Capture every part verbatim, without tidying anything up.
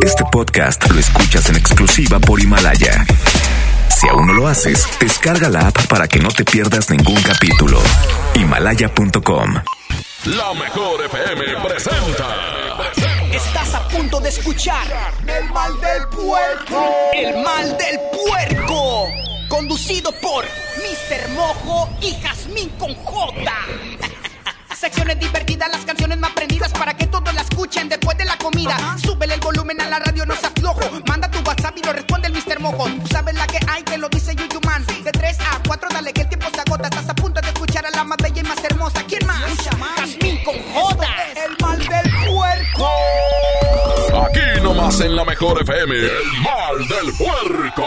Este podcast lo escuchas en exclusiva por Himalaya. Si aún no lo haces, descarga la app para que no te pierdas ningún capítulo. Himalaya punto com. La Mejor F M presenta. Estás a punto de escuchar El Mal del Puerco. El Mal del Puerco. Conducido por mister Mojo y Jazmín con J. Secciones divertidas, las canciones más prendidas para que todos la escuchen después de la comida. Uh-huh. Súbele el volumen a la radio, no se aflojo. Manda tu WhatsApp y lo responde el mister Mojo. Tú sabes la que hay, que lo dice Yuyu Man. De tres a cuatro, dale que el tiempo se agota. Estás a punto de escuchar a la más bella y más hermosa. ¿Quién más? Jazmín con J. El Mal del Puerco. Aquí nomás en La Mejor F M, El Mal del Puerco.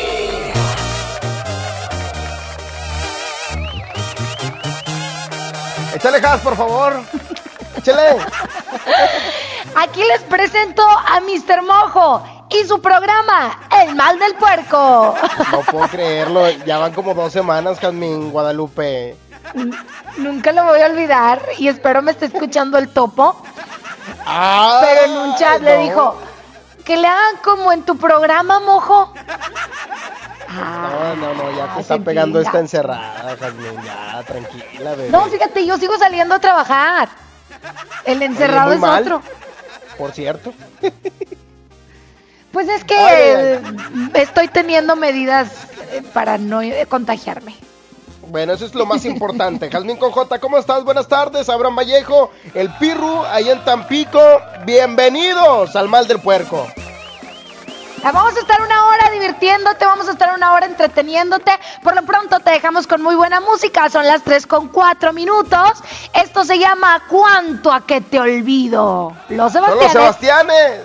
Échale gas, por favor. Échale. Aquí les presento a mister Mojo y su programa, El Mal del Puerco. No puedo creerlo. Ya van como dos semanas, Jazmín, Guadalupe. Nunca lo voy a olvidar y espero me esté escuchando el topo. Ah, Pero en un chat no. le dijo que le hagan como en tu programa, Mojo. No, no, no, ya te está sentí, pegando ya. esta encerrada, Jazmín, ya, tranquila, bebé. No, fíjate, yo sigo saliendo a trabajar. El encerrado Oye, es muy mal, otro. por cierto. Pues es que Oye. estoy teniendo medidas para no contagiarme. Bueno, eso es lo más importante. Jazmín con J, ¿cómo estás? Buenas tardes, Abraham Vallejo, el Pirru, ahí en Tampico. Bienvenidos al Mal del Puerco. Vamos a estar una hora divirtiéndote, vamos a estar una hora entreteniéndote. Por lo pronto te dejamos con muy buena música, son las tres con cuatro minutos. Esto se llama ¿Cuánto a que te olvido? Los Son Sebastianes. los Sebastianes.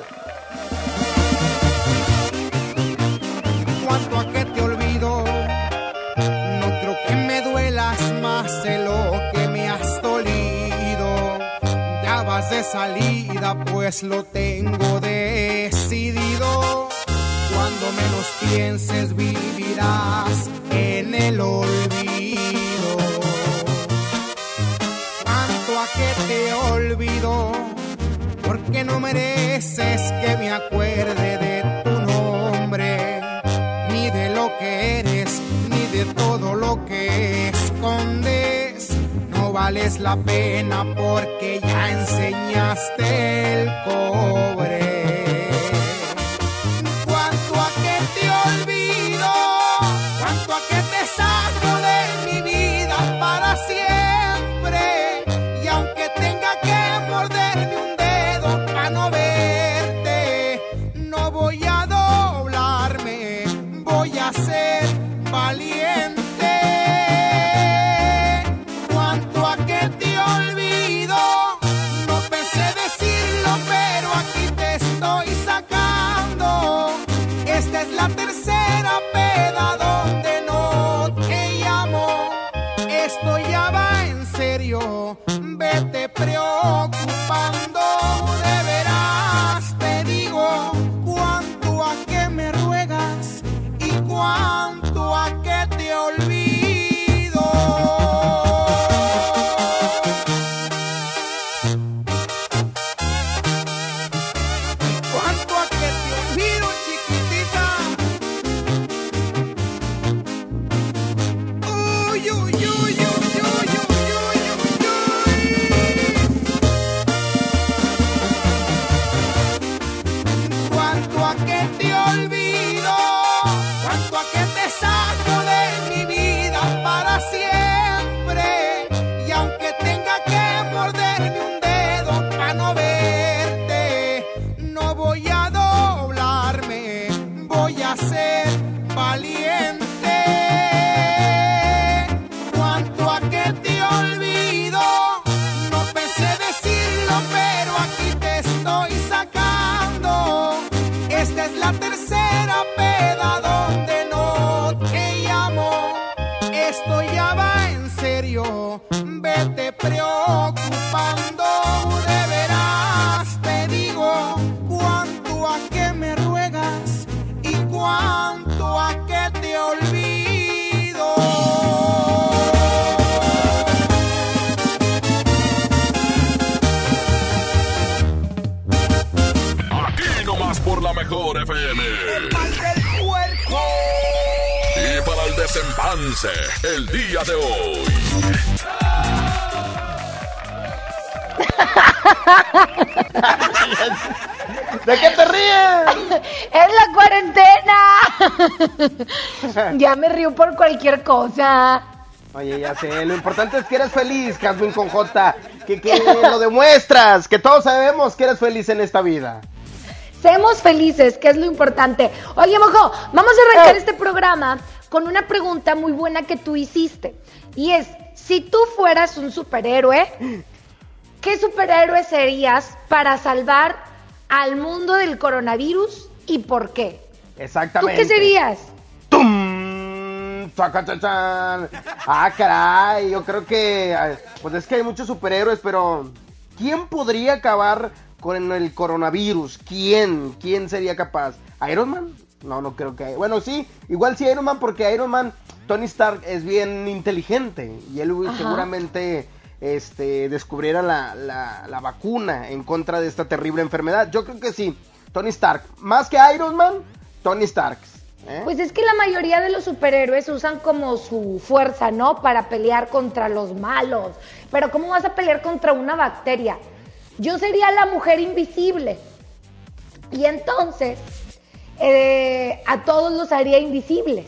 Cuánto a que te olvido, no creo que me duelas más de lo que me has dolido. Ya vas de salida, pues lo tengo decidido. Cuando menos pienses vivirás en el olvido. Cuánto a que te olvido, porque no mereces que me acuerde de tu nombre, ni de lo que eres, ni de todo lo que escondes. No vales la pena porque ya enseñaste el cobre. Cuánto a que te olvido, cuánto a que te saco de mi vida para siempre. Y aunque tenga que morderme un dedo para no verte, no voy a doblarme, voy a ser valiente. Cuánto a que te olvido, no pensé decirlo, pero aquí te estoy sacando. Esta es la tercera peda donde no te llamo. Esto ya va en serio, vete preocupando. De veras te digo, cuánto a que me ruegas y cuánto a que te olvido. Cuánto a que te olvido, chiquitita. Uy, uy, uy, uy, uy, uy, uy, uy. Cuánto a que te olvido, cuánto a que te saco de mi vida para siempre. Y aunque tenga que morderme un dedo para no verte, no voy a doblarme, voy a ser valiente. Cuánto a que te olvido, no pensé decirlo, pero aquí te estoy sacando. Esta es la tercera peda donde no te llamo. Esto ya va en serio, vete preocupando. De veras te digo, cuánto a que me ruegas y cuánto a que te olvido. Aquí nomás nomás por la mejor F M. El mal del puerco. Y para el desempance, el día de hoy. ¿De qué te ríes? ¡Es la cuarentena! Ya me río por cualquier cosa. Oye, ya sé, lo importante es que eres feliz, Jazmín con J, que, que lo demuestras, que todos sabemos que eres feliz en esta vida. Seamos felices, que es lo importante. Oye, Mojo, vamos a arrancar Eh. este programa con una pregunta muy buena que tú hiciste. Y es, si tú fueras un superhéroe, ¿qué superhéroe serías para salvar al mundo del coronavirus y por qué? Exactamente. ¿Tú qué serías? ¡Tum! ¡Chacachachan! Ah, caray, yo creo que, pues es que hay muchos superhéroes, pero ¿quién podría acabar con el coronavirus? ¿Quién? ¿Quién sería capaz? ¿Iron Man? No, no creo que... Bueno, sí, igual sí Iron Man, porque Iron Man, Tony Stark es bien inteligente y él Ajá. seguramente este, descubriera la, la, la vacuna en contra de esta terrible enfermedad. Yo creo que sí, Tony Stark. Más que Iron Man, Tony Stark. ¿Eh? Pues es que la mayoría de los superhéroes usan como su fuerza, ¿no? Para pelear contra los malos. Pero ¿cómo vas a pelear contra una bacteria? Yo sería la mujer invisible. Y entonces, eh, a todos los haría invisibles.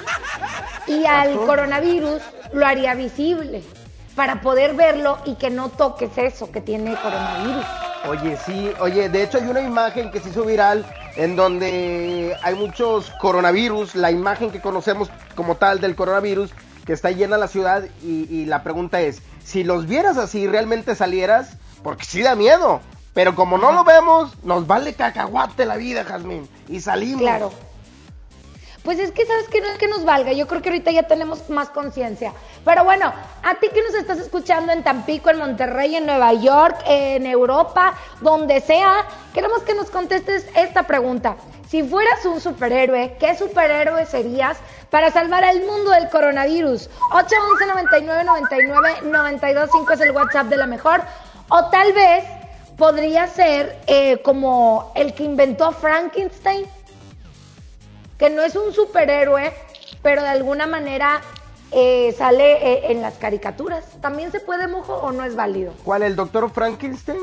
Y al coronavirus lo haría visible. Para poder verlo y que no toques eso que tiene coronavirus. Oye, sí, oye, de hecho hay una imagen que se hizo viral en donde hay muchos coronavirus, la imagen que conocemos como tal del coronavirus, que está llena la ciudad y, y la pregunta es, si los vieras así, ¿realmente salieras? Porque sí da miedo, pero como no lo vemos, nos vale cacahuate la vida, Jazmín, y salimos. Claro. Pues es que, ¿sabes qué? No es que nos valga, yo creo que ahorita ya tenemos más conciencia. Pero bueno, a ti que nos estás escuchando en Tampico, en Monterrey, en Nueva York, en Europa, donde sea, queremos que nos contestes esta pregunta. Si fueras un superhéroe, ¿qué superhéroe serías para salvar al mundo del coronavirus? ocho once noventa y nueve noventa y nueve noventa y dos cinco es el WhatsApp de la mejor. O tal vez podría ser eh, como el que inventó Frankenstein, que no es un superhéroe, pero de alguna manera eh, sale eh, en las caricaturas. ¿También se puede, Mojo, o no es válido? ¿Cuál, el doctor Frankenstein?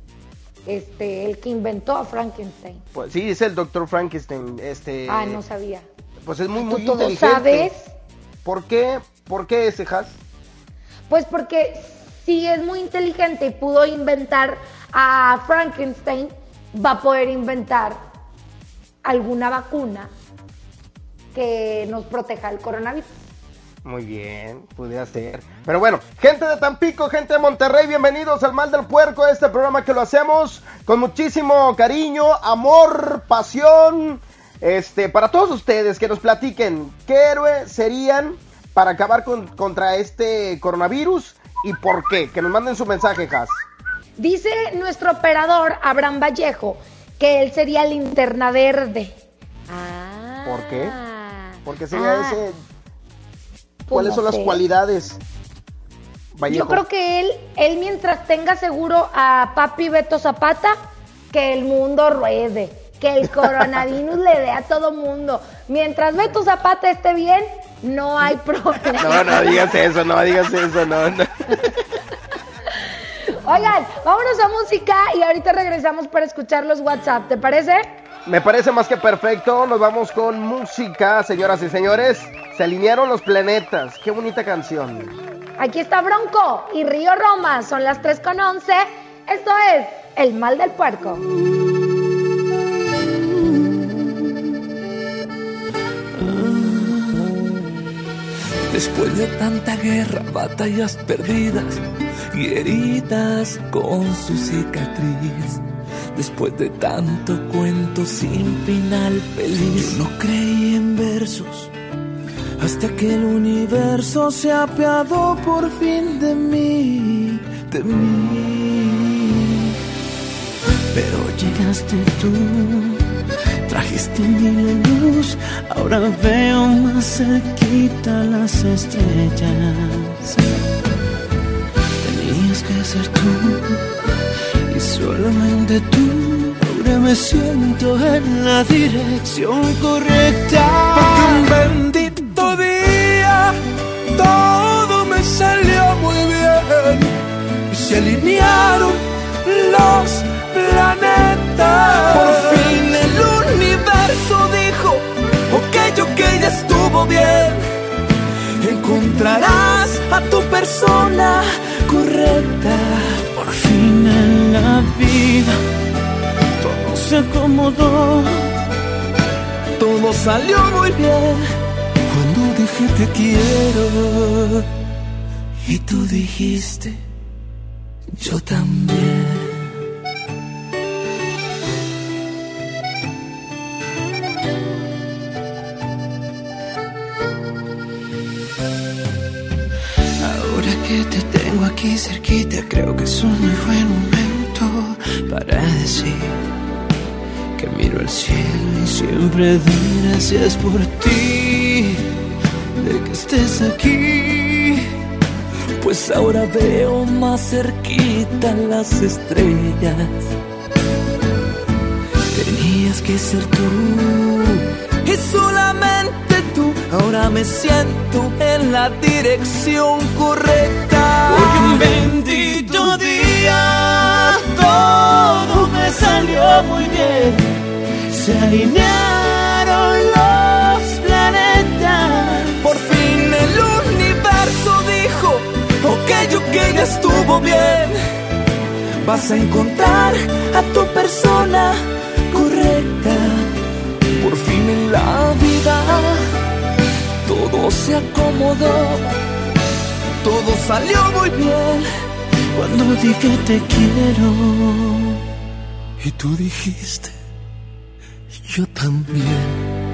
Este, el que inventó a Frankenstein. Pues sí, es el doctor Frankenstein, este... Ah, no sabía. Pues es muy, ¿Tú muy todo inteligente. sabes? ¿Por qué? ¿Por qué ese Jaz? Pues porque si es muy inteligente y pudo inventar a Frankenstein, va a poder inventar alguna vacuna que nos proteja del coronavirus. Muy bien, pudiera ser. Pero bueno, gente de Tampico, gente de Monterrey, bienvenidos al Mal del Puerco, este programa que lo hacemos con muchísimo cariño, amor, pasión, este, para todos ustedes que nos platiquen qué héroe serían para acabar con, contra este coronavirus y por qué, que nos manden su mensaje, Jaz. Dice nuestro operador Abraham Vallejo que él sería Linterna Verde. Ah. ¿Por qué? Porque sería Ah. ese... Pues ¿Cuáles no son las sé. cualidades, Vallejo? Yo creo que él, él mientras tenga seguro a papi Beto Zapata, que el mundo ruede, que el coronavirus le dé a todo mundo. Mientras Beto Zapata esté bien, no hay problema. No, no digas eso, no digas eso, no, no. Oigan, vámonos a música y ahorita regresamos para escuchar los WhatsApp, ¿te parece? Me parece más que perfecto, nos vamos con música, señoras y señores. Se alinearon los planetas, qué bonita canción. Aquí está Bronco y Río Roma, son las tres con once. Esto es El Mal del Puerco. Después de tanta guerra, batallas perdidas y heridas con su cicatriz, después de tanto cuento sin final feliz, yo no creí en versos hasta que el universo se apiadó por fin de mí, de mí. Pero llegaste tú, trajiste mi luz, ahora veo más cerquita las estrellas. Tenías que ser tú, y solamente tú ahora me siento en la dirección correcta. Porque un bendito día todo me salió muy bien y se alinearon los planetas. Por fin el universo dijo: ok, ok, ya estuvo bien. Encontrarás a tu persona correcta. Por fin en la vida todo se acomodó, todo salió muy bien cuando dije te quiero. y tú dijiste yo también. Que te tengo aquí cerquita, creo que es un muy buen momento para decir que miro al cielo y siempre doy gracias por ti, de que estés aquí. Pues ahora veo más cerquita las estrellas. Tenías que ser tú y solamente tú. Ahora me siento en la dirección correcta. Porque un bendito día todo me salió muy bien. Se alinearon los planetas. Por fin el universo dijo: ok, ok, ya estuvo bien. Vas a encontrar a tu persona correcta. Por fin en la vida todo se acomodó, todo salió muy bien cuando dije te quiero. y tú dijiste yo también.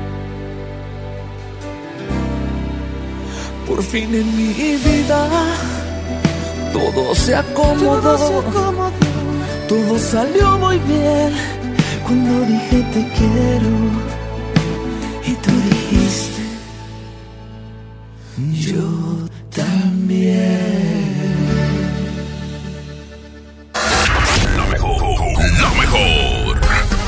Por fin en mi vida todo se acomodó, todo se acomodó, todo salió muy bien cuando dije te quiero. Y tú dijiste yo también. La mejor, la mejor.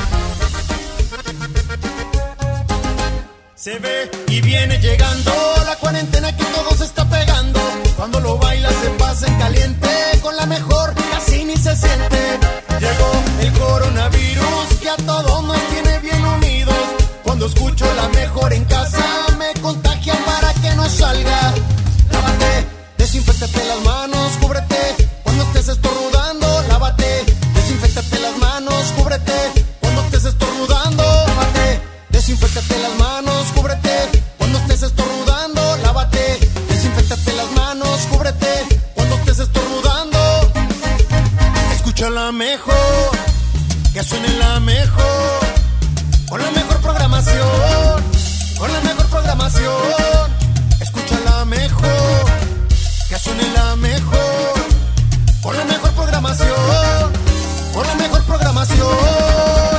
Se ve y viene llegando la cuarentena que todo se está pegando. Cuando lo baila se pasa en caliente, con la mejor casi ni se siente. Llegó el coronavirus que a todos nos tiene bien unidos. Cuando escucho la mejor en casa me contagian para que no salga. Lávate, desinféctate las manos, cúbrete cuando estés estornudando. Lávate, desinféctate las manos, cúbrete cuando estés estornudando. Lávate, desinféctate las manos, cúbrete cuando estés estornudando. Lávate, desinféctate las manos, cúbrete cuando estés estornudando. Escucha la mejor, que suene la mejor, con la mejor programación, con la mejor programación. Escucha la mejor, que suene la mejor, con la mejor programación, con la mejor programación.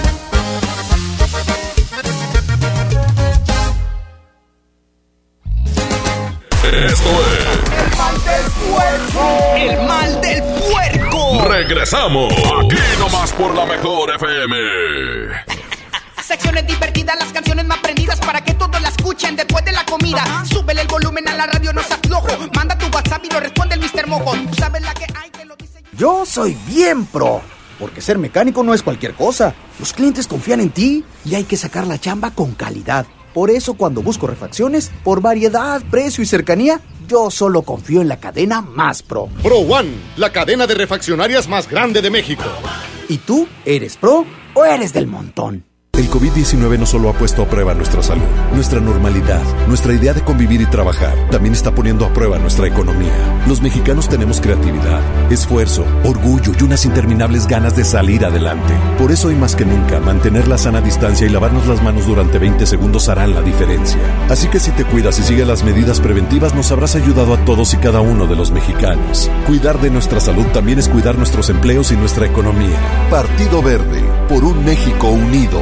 Esto es El mal del puerco. El mal del puerco. Regresamos aquí nomás por la mejor F M. Secciones divertidas, las canciones más prendidas para que todos la escuchen después de la comida. Súbele el volumen a la radio, no seas flojo. Manda tu WhatsApp y lo responde el mister Mojo. Tú sabes la que hay, que lo dice yo. Yo soy bien pro, porque ser mecánico no es cualquier cosa. Los clientes confían en ti y hay que sacar la chamba con calidad. Por eso cuando busco refacciones, por variedad, precio y cercanía, yo solo confío en la cadena más pro. Pro One, la cadena de refaccionarias más grande de México. ¿Y tú eres pro o eres del montón? El COVID diecinueve no solo ha puesto a prueba nuestra salud, nuestra normalidad, nuestra idea de convivir y trabajar, también está poniendo a prueba nuestra economía. Los mexicanos tenemos creatividad, esfuerzo, orgullo y unas interminables ganas de salir adelante. Por eso hoy más que nunca, mantener la sana distancia y lavarnos las manos durante veinte segundos harán la diferencia. Así que si te cuidas y sigues las medidas preventivas, nos habrás ayudado a todos y cada uno de los mexicanos. Cuidar de nuestra salud también es cuidar nuestros empleos y nuestra economía. Partido Verde, por un México unido.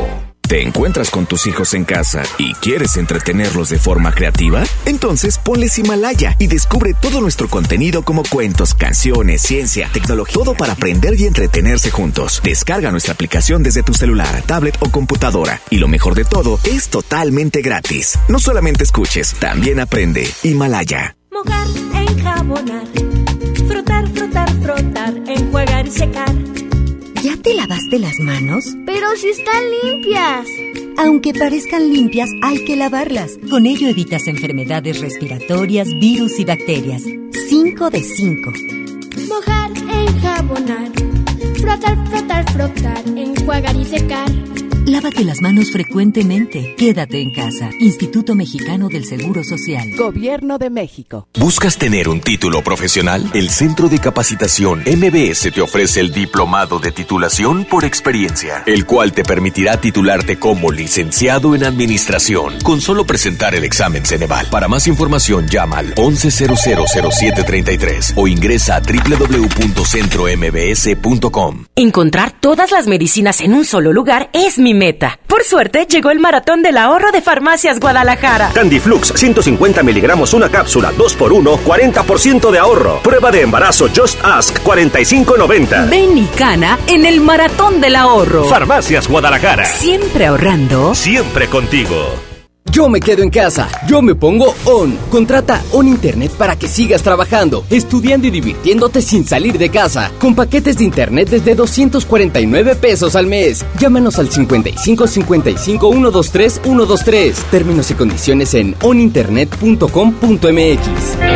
¿Te encuentras con tus hijos en casa y quieres entretenerlos de forma creativa? Entonces ponles Himalaya y descubre todo nuestro contenido como cuentos, canciones, ciencia, tecnología, todo para aprender y entretenerse juntos. Descarga nuestra aplicación desde tu celular, tablet o computadora. Y lo mejor de todo, es totalmente gratis. No solamente escuches, también aprende. Himalaya. Mojar, enjabonar, frotar, frotar, frotar, enjuagar y secar. ¿Ya te lavaste las manos? Pero si están limpias. Aunque parezcan limpias, hay que lavarlas. Con ello evitas enfermedades respiratorias, virus y bacterias. cinco de cinco. Mojar, enjabonar, frotar, frotar, frotar, enjuagar y secar. Lávate las manos frecuentemente. Quédate en casa. Instituto Mexicano del Seguro Social. Gobierno de México. ¿Buscas tener un título profesional? El Centro de Capacitación M B S te ofrece el Diplomado de Titulación por Experiencia, el cual te permitirá titularte como licenciado en Administración con solo presentar el examen Ceneval. Para más información llama al once cero cero cero siete treinta y tres o ingresa a doble u doble u doble u punto centro m b s punto com. Encontrar todas las medicinas en un solo lugar es mi meta. Por suerte, llegó el Maratón del Ahorro de Farmacias Guadalajara. Candiflux, ciento cincuenta miligramos una cápsula, dos por uno, cuarenta por ciento de ahorro. Prueba de embarazo Just Ask, cuarenta y cinco noventa. Ven y cana en el Maratón del Ahorro. Farmacias Guadalajara. Siempre ahorrando. Siempre contigo. Yo me quedo en casa, yo me pongo ON. Contrata ON Internet para que sigas trabajando, estudiando y divirtiéndote sin salir de casa. Con paquetes de internet desde doscientos cuarenta y nueve pesos al mes. Llámanos al cincuenta y cinco cincuenta y cinco ciento veintitrés ciento veintitrés. Términos y condiciones en on internet punto com punto m x.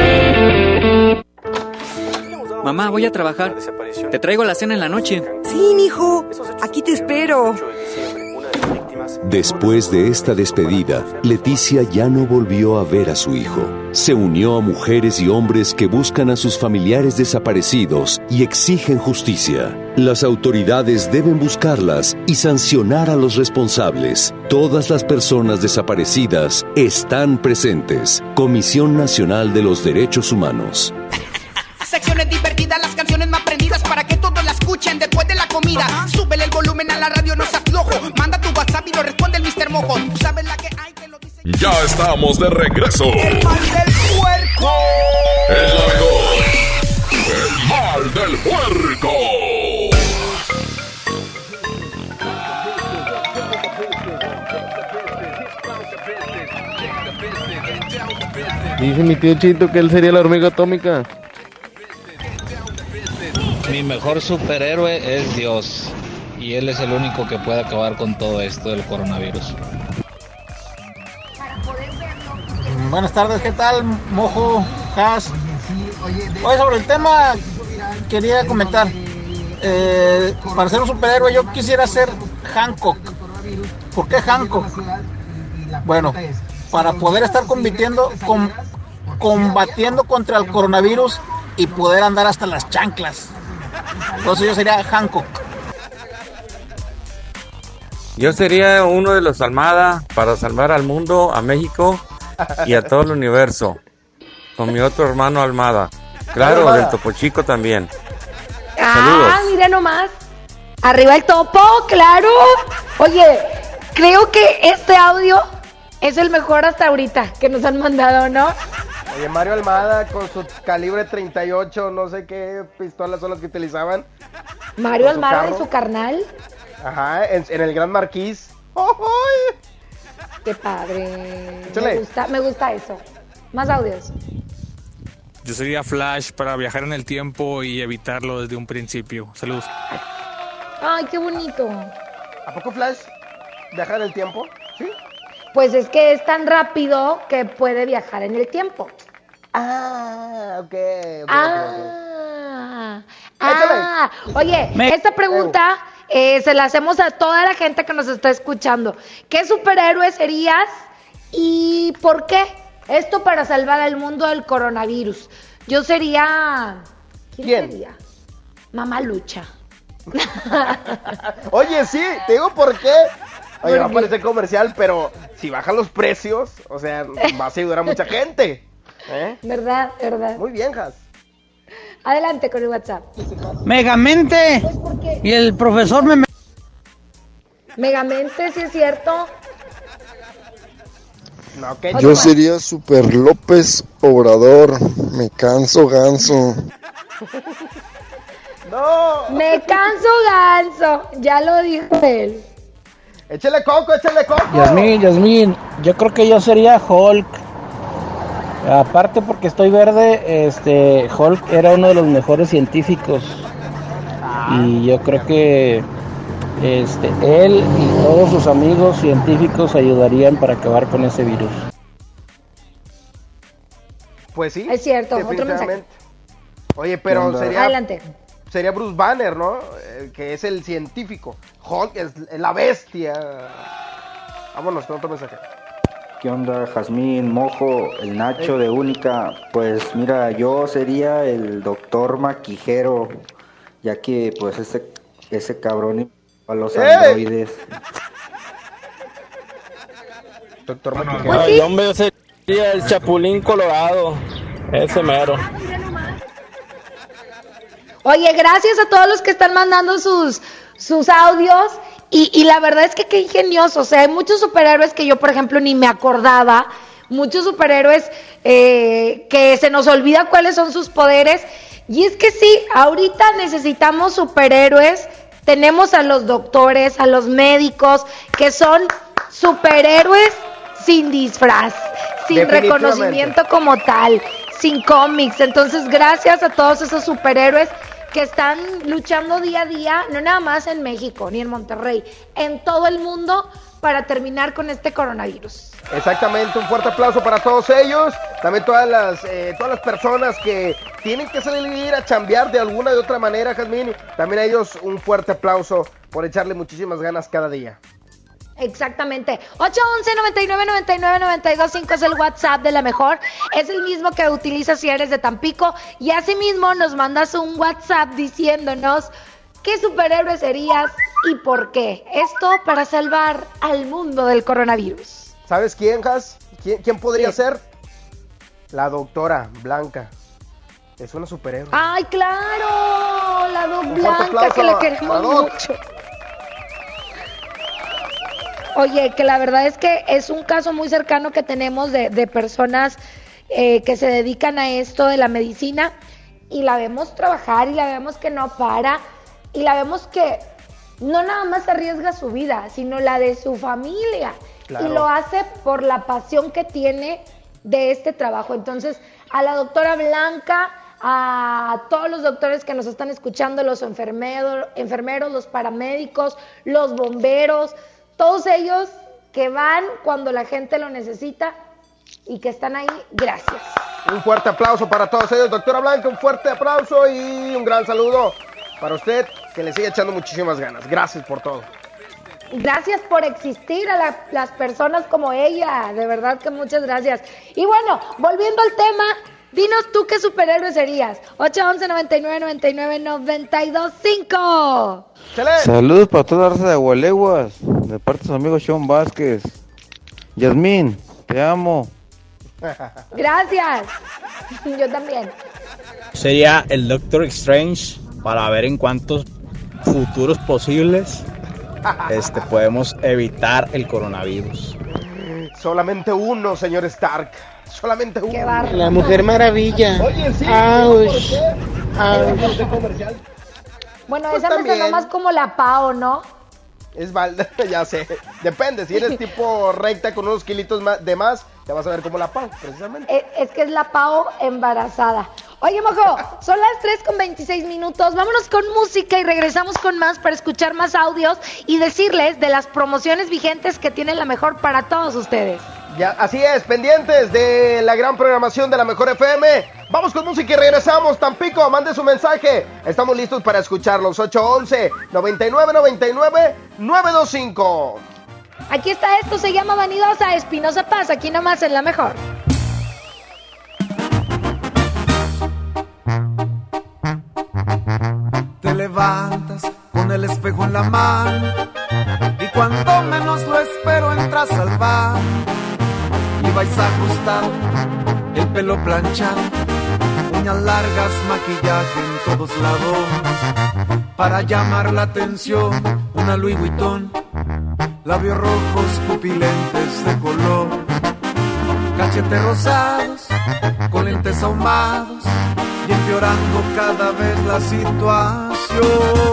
Mamá, voy a trabajar. Te traigo la cena en la noche. Sí, mijo, aquí te espero. Después de esta despedida, Leticia ya no volvió a ver a su hijo. Se unió a mujeres y hombres que buscan a sus familiares desaparecidos y exigen justicia. Las autoridades deben buscarlas y sancionar a los responsables. Todas las personas desaparecidas están presentes. Comisión Nacional de los Derechos Humanos. Secciones divertidas, las canciones más prendidas para que todos la escuchen después de la comida. Súbele el volumen a la radio, no seas flojo. Manda tu WhatsApp y lo responde el mister Mojo. Tú sabes la que hay, te lo dice. Ya estamos de regreso. El mal del puerco. El mejor. El mal del puerco. Dice mi tío Chito que él sería la hormiga atómica. Mi mejor superhéroe es Dios, y Él es el único que puede acabar con todo esto del coronavirus. Buenas tardes, ¿qué tal? Mojo, Has. Hoy sobre el tema quería comentar. Eh, para ser un superhéroe yo quisiera ser Hancock. ¿Por qué Hancock? Bueno, para poder estar combatiendo, com, combatiendo contra el coronavirus y poder andar hasta las chanclas. Entonces yo sería Hancock. Yo sería uno de los Almada para salvar al mundo, a México y a todo el universo. Con mi otro hermano Almada. Claro, Almada. Del Topo Chico también. Saludos. Ah, mira nomás. Arriba el topo, claro. Oye, creo que este audio es el mejor hasta ahorita que nos han mandado, ¿no? Oye, Mario Almada con su calibre treinta y ocho, no sé qué pistolas son las que utilizaban. Mario Almada y su carnal. Ajá, en, en el Gran Marquís. ¡Oh, oh! Qué padre. Échale. Me gusta, me gusta eso. Más audios. Yo sería Flash para viajar en el tiempo y evitarlo desde un principio. Saludos. Ay, qué bonito. ¿A poco Flash viaja en el tiempo? Sí. Pues es que es tan rápido que puede viajar en el tiempo. Ah, ok. okay ah, okay. ah. Oye, Me... esta pregunta eh, se la hacemos a toda la gente que nos está escuchando. ¿Qué superhéroe serías y por qué? Esto para salvar al mundo del coronavirus. Yo sería... ¿Quién, ¿Quién? sería? Mamá Lucha. Oye, sí, te digo por qué. Oye, va a parecer comercial, pero si bajan los precios, o sea, va a ayudar a mucha gente. ¿Eh? ¿Verdad? ¿Verdad? Muy bien, Has. Adelante con el WhatsApp. Megamente. Y el profesor me... Megamente, sí es cierto. No, ¿qué Yo sería Super López Obrador. Me canso ganso. No. Me canso ganso. Ya lo dijo él. Échale coco, échale coco. Yasmín, Yasmín, yo creo que yo sería Hulk. Aparte porque estoy verde, este Hulk era uno de los mejores científicos. Ah, y yo creo que este él y todos sus amigos científicos ayudarían para acabar con ese virus. Pues sí. Es cierto, otro mensaje. Oye, pero sería Adelante. Sería Bruce Banner, ¿no? Eh, que es el científico. Hulk es la bestia. Vámonos con otro mensaje. ¿Qué onda, Jazmín, Mojo, el Nacho de Única? Pues mira, yo sería el doctor Maquijero, ya que pues ese, ese cabrón a los ¡Ey! Androides. Doctor Bueno, Maquijero. ¿Pues sí? Yo me sería el Chapulín Colorado, ese mero. Oye, gracias a todos los que están mandando sus, sus audios. Y, y la verdad es que qué ingenioso, o sea, hay muchos superhéroes que yo, por ejemplo, ni me acordaba, muchos superhéroes eh, que se nos olvida cuáles son sus poderes, y es que sí, ahorita necesitamos superhéroes, tenemos a los doctores, a los médicos, que son superhéroes sin disfraz, sin reconocimiento como tal, sin cómics, entonces gracias a todos esos superhéroes que están luchando día a día, no nada más en México ni en Monterrey, en todo el mundo para terminar con este coronavirus. Exactamente, un fuerte aplauso para todos ellos, también todas las eh, todas las personas que tienen que salir a chambear de alguna de otra manera, Jazmín, también a ellos un fuerte aplauso por echarle muchísimas ganas cada día. Exactamente. ocho once, noventa y nueve, noventa y nueve, noventa y dos cinco es el WhatsApp de La Mejor. Es el mismo que utilizas si eres de Tampico. Y asimismo nos mandas un WhatsApp diciéndonos qué superhéroe serías y por qué. Esto para salvar al mundo del coronavirus. ¿Sabes quién, Jas? ¿Quién, quién podría ser? La doctora Blanca. Es una superhéroe. ¡Ay, claro! La Doc Blanca, que le queremos mucho. Oye, que la verdad es que es un caso muy cercano que tenemos de, de personas eh, que se dedican a esto de la medicina y la vemos trabajar y la vemos que no para y la vemos que no nada más arriesga su vida, sino la de su familia. Claro. Y lo hace por la pasión que tiene de este trabajo. Entonces, a la doctora Blanca, a todos los doctores que nos están escuchando, los enfermeros, enfermeros, los paramédicos, los bomberos, todos ellos que van cuando la gente lo necesita y que están ahí, gracias. Un fuerte aplauso para todos ellos, doctora Blanca, un fuerte aplauso y un gran saludo para usted, que le sigue echando muchísimas ganas. Gracias por todo. Gracias por existir a la, las personas como ella, de verdad que muchas gracias. Y bueno, volviendo al tema, dinos tú qué superhéroe serías. ocho once, noventa y nueve, noventa y nueve, noventa y dos cinco. Saludos para toda la raza de Agualeguas, de parte de su amigo Sean Vázquez. Yasmín, te amo. Gracias. Yo también. Sería el Doctor Strange para ver en cuántos futuros posibles este podemos evitar el coronavirus. Solamente uno, señor Stark. Solamente uno. La Mujer Maravilla. Oye, sí. Ouch. Ouch. Bueno, Pues esa me también. sonó más como la Pao, ¿no? Es balde, ya sé. Depende, si eres tipo recta con unos kilitos más, de más, te vas a ver como la Pau, precisamente. Es, es que es la Pao embarazada. Oye, Mojo, son las tres con veintiséis minutos. Vámonos con música y regresamos con más para escuchar más audios y decirles de las promociones vigentes que tiene La Mejor para todos ustedes. Ya, así es, pendientes de la gran programación de La Mejor F M. Vamos con música y regresamos. Tampico, mande su mensaje. Estamos listos para escucharlos. ocho once, noventa y nueve, noventa y nueve, novecientos veinticinco. Aquí está esto, se llama Vanidosa, Espinosa Paz, aquí nomás en La Mejor. Te levantas con el espejo en la mano y cuando menos lo espero entras al bar y vais ajustado, el pelo planchado, uñas largas, maquillaje en todos lados para llamar la atención, una Louis Vuitton labios rojos pupilentes de color, cachetes rosados con lentes ahumados y empeorando cada vez la situación.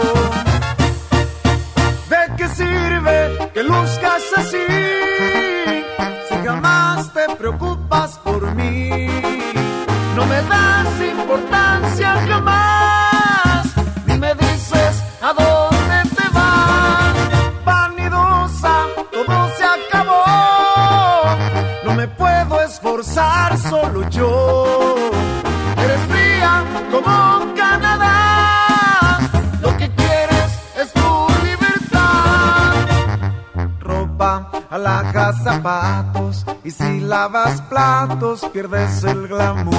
¿De qué sirve que luzcas así si jamás te preocupas por mí? No me das importancia jamás, ni me dices a dónde te vas. Vanidosa, todo se acabó, no me puedo esforzar solo yo. Eres fría como Canadá, lo que quieres es tu libertad. Ropa, alhajas, zapatos, y si lavas platos pierdes el glamour.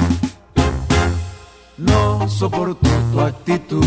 No soporto tu actitud.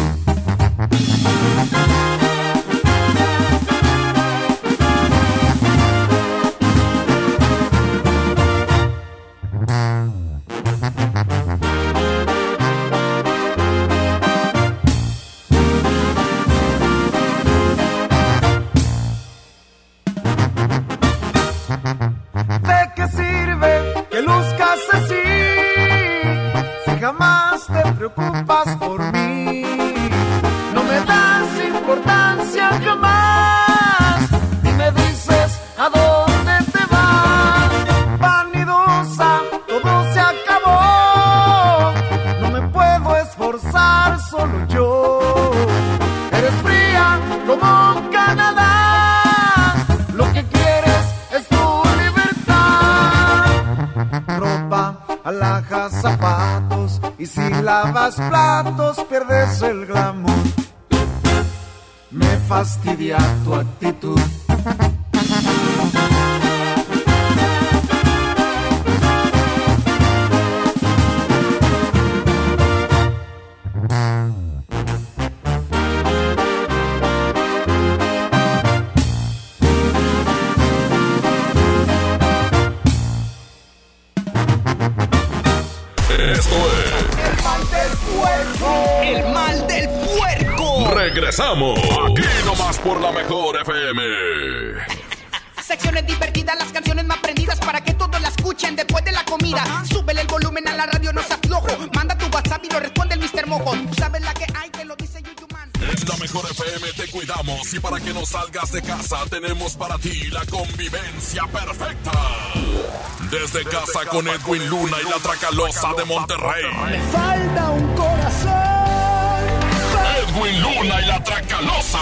¿De qué sirve que luzcas así si jamás te preocupas por mí? No me das importancia jamás, ni me dices a dónde te vas. Vanidosa, todo se acabó, no me puedo esforzar solo yo. Eres fría como Canadá, lo que quieres es tu libertad. Ropa, alhajas, zapatos, y si lavas platos pierdes el glamour. Me fastidia tu actitud. Esto es El mal del puerco. El mal del puerco. Regresamos aquí nomás por la mejor F M. Secciones divertidas, las canciones más prendidas para que todos la escuchen después de la comida. Súbele el volumen a la radio, no seas flojo. Manda tu WhatsApp y lo responde el mister Mojo. Tú sabes la que hay, que lo dice Yuyuman. En la mejor F M te cuidamos y para que no salgas de casa tenemos para ti la convivencia perfecta. Desde casa con Edwin Luna y la Tracalosa de Monterrey. Me falta un corazón. Edwin Luna y la Tracalosa.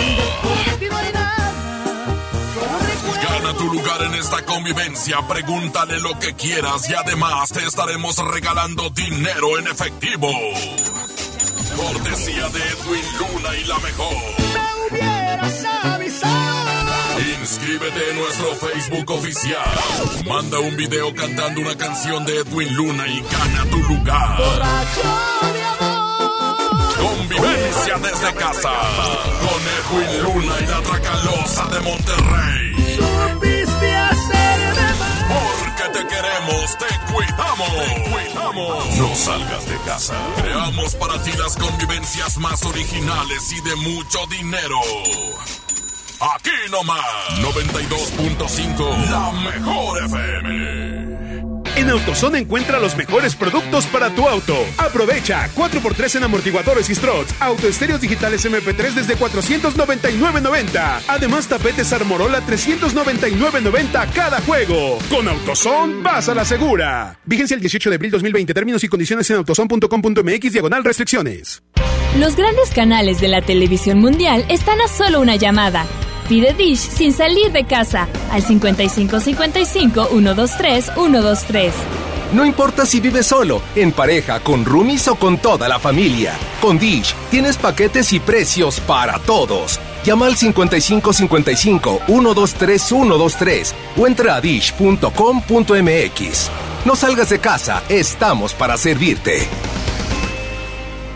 Gana tu lugar en esta convivencia, pregúntale lo que quieras y además te estaremos regalando dinero en efectivo. Cortesía de Edwin Luna y la mejor. Me hubieras avisado. Inscríbete en nuestro Facebook oficial. Manda un video cantando una canción de Edwin Luna y gana tu lugar. Borracho de amor. Convivencia desde casa con Edwin Luna y la Tracalosa de Monterrey. Supiste hacerme mal. Porque te queremos, te cuidamos. Te cuidamos. No salgas de casa. Creamos para ti las convivencias más originales y de mucho dinero. Aquí nomás, noventa y dos punto cinco, la mejor F M. En AutoZone encuentra los mejores productos para tu auto. Aprovecha cuatro por tres en amortiguadores y struts, autoestéreos digitales eme pe tres desde cuatrocientos noventa y nueve noventa. Además, tapetes Armorola trescientos noventa y nueve noventa cada juego. Con AutoZone vas a la segura. Vigencia el dieciocho de abril dos mil veinte. Términos y condiciones en autozone punto com punto mx diagonal restricciones. Los grandes canales de la televisión mundial están a solo una llamada. Pide Dish sin salir de casa al cincuenta y cinco cincuenta y cinco, ciento veintitrés, ciento veintitrés. No importa si vives solo, en pareja, con roomies o con toda la familia. Con Dish tienes paquetes y precios para todos. Llama al cincuenta y cinco cincuenta y cinco, ciento veintitrés, ciento veintitrés o entra a dish punto com punto mx. No salgas de casa, estamos para servirte.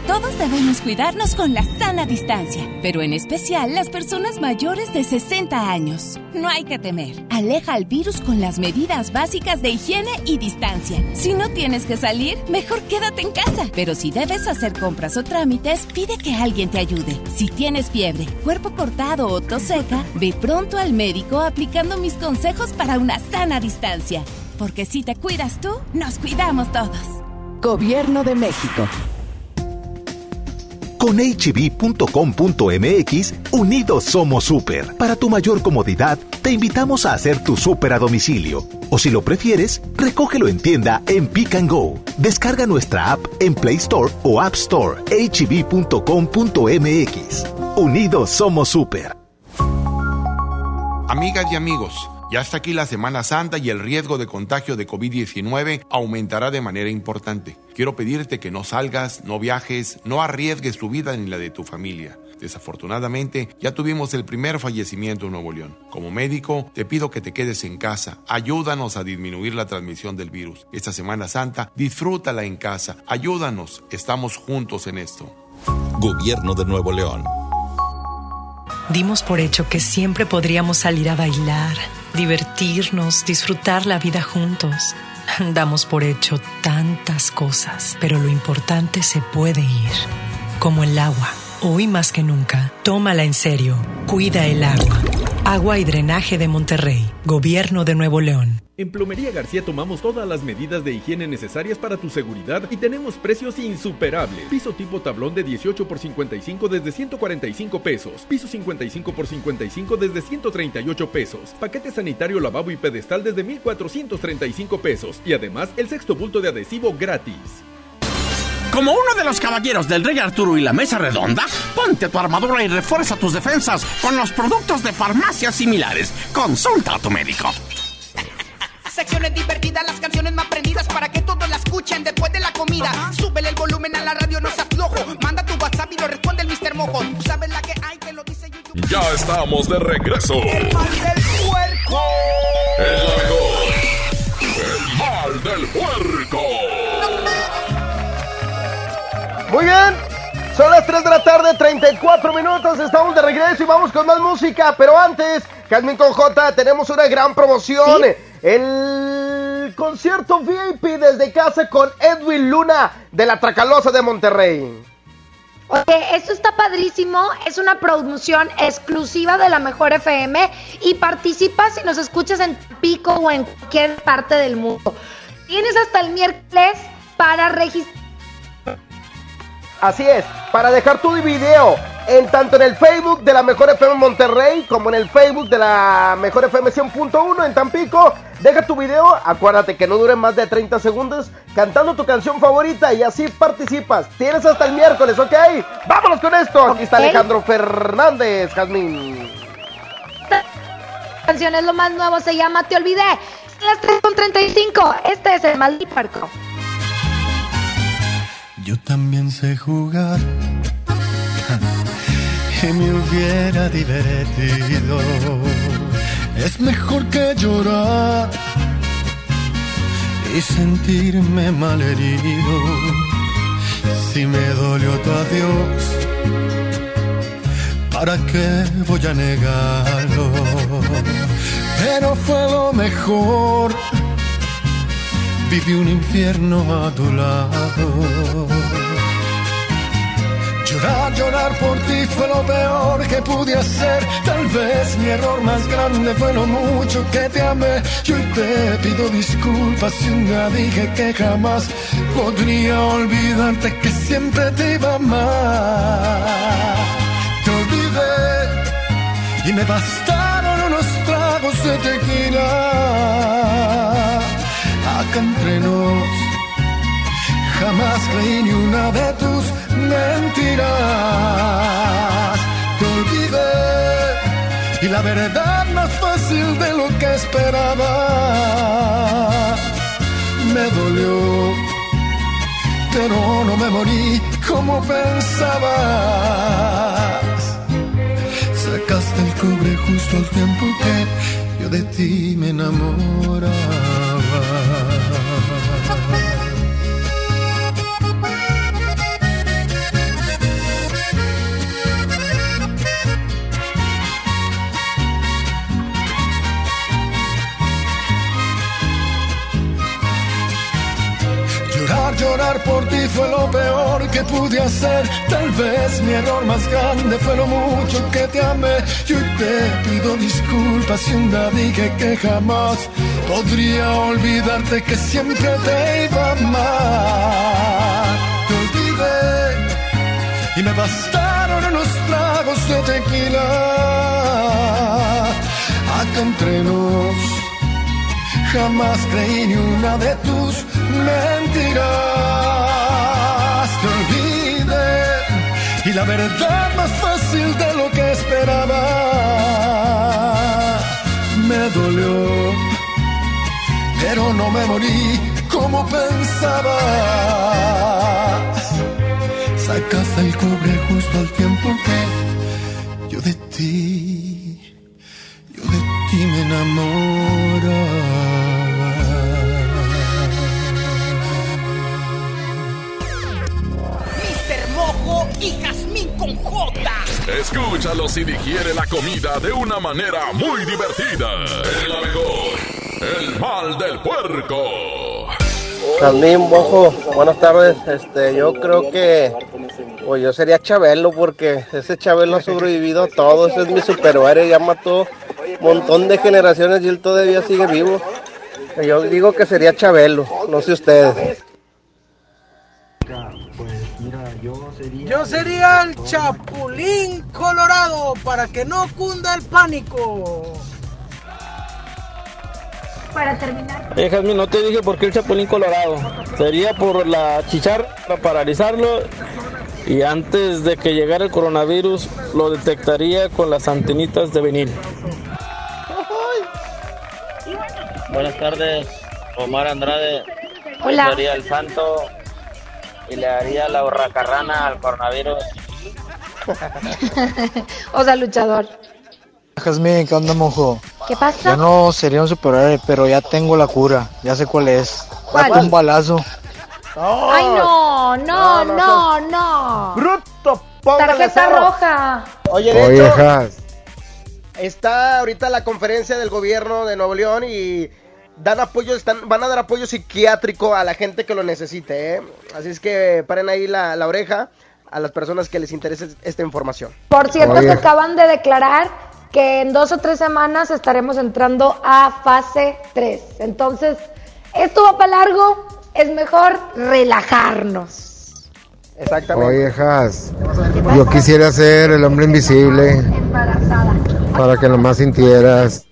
Todos debemos cuidarnos con la sana distancia, pero en especial las personas mayores de sesenta años. No hay que temer. Aleja al virus con las medidas básicas de higiene y distancia. Si no tienes que salir, mejor quédate en casa. Pero si debes hacer compras o trámites, pide que alguien te ayude. Si tienes fiebre, cuerpo cortado o tos seca, ve pronto al médico aplicando mis consejos para una sana distancia. Porque si te cuidas tú, nos cuidamos todos. Gobierno de México. Con H B punto com punto M X, unidos somos súper. Para tu mayor comodidad, te invitamos a hacer tu súper a domicilio. O si lo prefieres, recógelo en tienda en Pick and Go. Descarga nuestra app en Play Store o App Store. H B punto com punto M X. Unidos somos súper. Amigas y amigos, ya está aquí la Semana Santa y el riesgo de contagio de COVID diecinueve aumentará de manera importante. Quiero pedirte que no salgas, no viajes, no arriesgues tu vida ni la de tu familia. Desafortunadamente, ya tuvimos el primer fallecimiento en Nuevo León. Como médico, te pido que te quedes en casa. Ayúdanos a disminuir la transmisión del virus. Esta Semana Santa, disfrútala en casa. Ayúdanos, estamos juntos en esto. Gobierno de Nuevo León. Dimos por hecho que siempre podríamos salir a bailar, divertirnos, disfrutar la vida juntos. Damos por hecho tantas cosas, pero lo importante se puede ir, como el agua. Hoy más que nunca, tómala en serio. Cuida el agua. Agua y Drenaje de Monterrey. Gobierno de Nuevo León. En Plomería García tomamos todas las medidas de higiene necesarias para tu seguridad y tenemos precios insuperables. Piso tipo tablón de dieciocho por cincuenta y cinco desde ciento cuarenta y cinco pesos. Piso cincuenta y cinco por cincuenta y cinco desde ciento treinta y ocho pesos. Paquete sanitario, lavabo y pedestal desde mil cuatrocientos treinta y cinco pesos. Y además, el sexto bulto de adhesivo gratis. Como uno de los caballeros del Rey Arturo y la Mesa Redonda, ponte tu armadura y refuerza tus defensas con los productos de farmacias similares. Consulta a tu médico. Secciones divertidas, las canciones más prendidas para que todos la escuchen después de la comida. Uh-huh. Súbele el volumen a la radio, no se aflojo. Manda tu WhatsApp y lo responde el mister Mojo. Tú sabes la que hay, te lo dice YouTube. Ya estamos de regreso. El mal del puerco. El mejor. El mal del puerco. Muy bien, son las tres de la tarde, treinta y cuatro minutos, estamos de regreso y vamos con más música, pero antes, Jazmín con J, tenemos una gran promoción, ¿sí? El concierto V I P desde casa con Edwin Luna de la Tracalosa de Monterrey. Oye, esto está padrísimo, es una promoción exclusiva de la Mejor F M y participas si nos escuchas en Pico o en cualquier parte del mundo. Tienes hasta el miércoles para registrar. Así es, para dejar tu video en tanto en el Facebook de la Mejor F M Monterrey como en el Facebook de la Mejor F M cien punto uno en Tampico. Deja tu video, acuérdate que no dure más de treinta segundos, cantando tu canción favorita y así participas. Tienes hasta el miércoles, ¿ok? ¡Vámonos con esto! Aquí está Alejandro Fernández, Jazmín. Esta canción es lo más nuevo, se llama Te Olvidé. Las tres con treinta y cinco, este es el mal del puerco. Yo también sé jugar y me hubiera divertido. Es mejor que llorar y sentirme malherido. Si me dolió tu adiós, ¿para qué voy a negarlo? Pero fue lo mejor. Viví un infierno a tu lado. Llorar, llorar por ti fue lo peor que pude hacer. Tal vez mi error más grande fue lo mucho que te amé. Yo te pido disculpas si un día dije que jamás podría olvidarte, que siempre te iba a amar. Te olvidé y me bastaron unos tragos de tequila. Acá entre nos, jamás creí ni una de tus mentiras. Te olvidé y la verdad más fácil de lo que esperaba. Me dolió, pero no me morí como pensabas. Sacaste el cobre justo al tiempo que yo de ti me enamoraba. llorar por ti fue lo peor que pude hacer. Tal vez mi error más grande fue lo mucho que te amé. Y hoy te pido disculpas si un día dije que jamás podría olvidarte, que siempre te iba a amar. Te olvidé y me bastaron unos tragos de tequila. Acá entre nos, jamás creí ni una de tus mentiras. Te olvidé y la verdad más fácil de lo que esperaba. Me dolió, pero no me morí como pensabas. Sacaste el cobre justo al tiempo que yo de ti, yo de ti me enamoraba. mister Mojo y Jazmín con J. Escúchalos y digiere la comida de una manera muy divertida. Es la mejor. El mal del puerco. Jazmín, Mojo, buenas tardes. Este, yo creo que pues yo sería Chabelo, porque ese Chabelo ha sobrevivido a todo. Ese es mi superhéroe, ya mató un montón de generaciones y él todavía sigue vivo. Yo digo que sería Chabelo, no sé ustedes. Yo sería el Chapulín Colorado, para que no cunda el pánico. Para terminar. Eh, Jazmín, no te dije por qué el Chapulín Colorado. Sería por la chicharra, para paralizarlo. Y antes de que llegara el coronavirus, lo detectaría con las antenitas de vinil. Buenas tardes, Omar Andrade. Hola. Yo sería el santo y le daría la hurracarrana al coronavirus. O sea, luchador. Jazmín, ¿qué onda, Mojo? ¿Qué pasa? Ya no sería un superhéroe, pero ya tengo la cura. Ya sé cuál es. ¿Cuál? Date un balazo. Oh. Ay, no, no, no, no. no. Bruto, póngale Tarjeta cero. roja. Oye, de Oye, hecho, Jaz. está ahorita la conferencia del gobierno de Nuevo León y dan apoyo, están, van a dar apoyo psiquiátrico a la gente que lo necesite, ¿eh? Así es que paren ahí la, la oreja a las personas que les interese esta información. Por cierto, Oye. que acaban de declarar que en dos o tres semanas estaremos entrando a fase tres. Entonces, esto va para largo, es mejor relajarnos. Exactamente. Oye, Jaz, yo quisiera ser el hombre invisible para que nomás sintieras.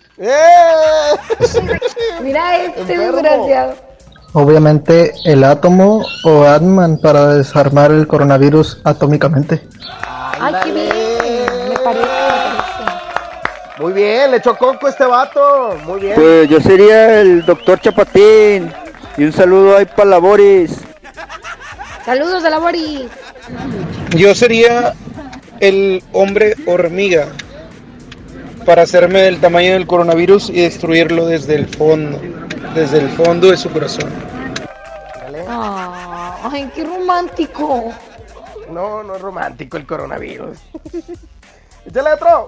Mira este Enfermo. desgraciado. Obviamente el átomo o Ant-Man para desarmar el coronavirus atómicamente. Ay, qué bien. Me parece, me parece. Muy bien, le echó coco este vato. Muy bien. Pues yo sería el doctor Chapatín. Y un saludo ahí para la Boris. Saludos a la Boris. Yo sería el hombre hormiga para hacerme del tamaño del coronavirus y destruirlo desde el fondo, desde el fondo de su corazón. Oh, ay, qué romántico. No, no es romántico el coronavirus. Échale otro.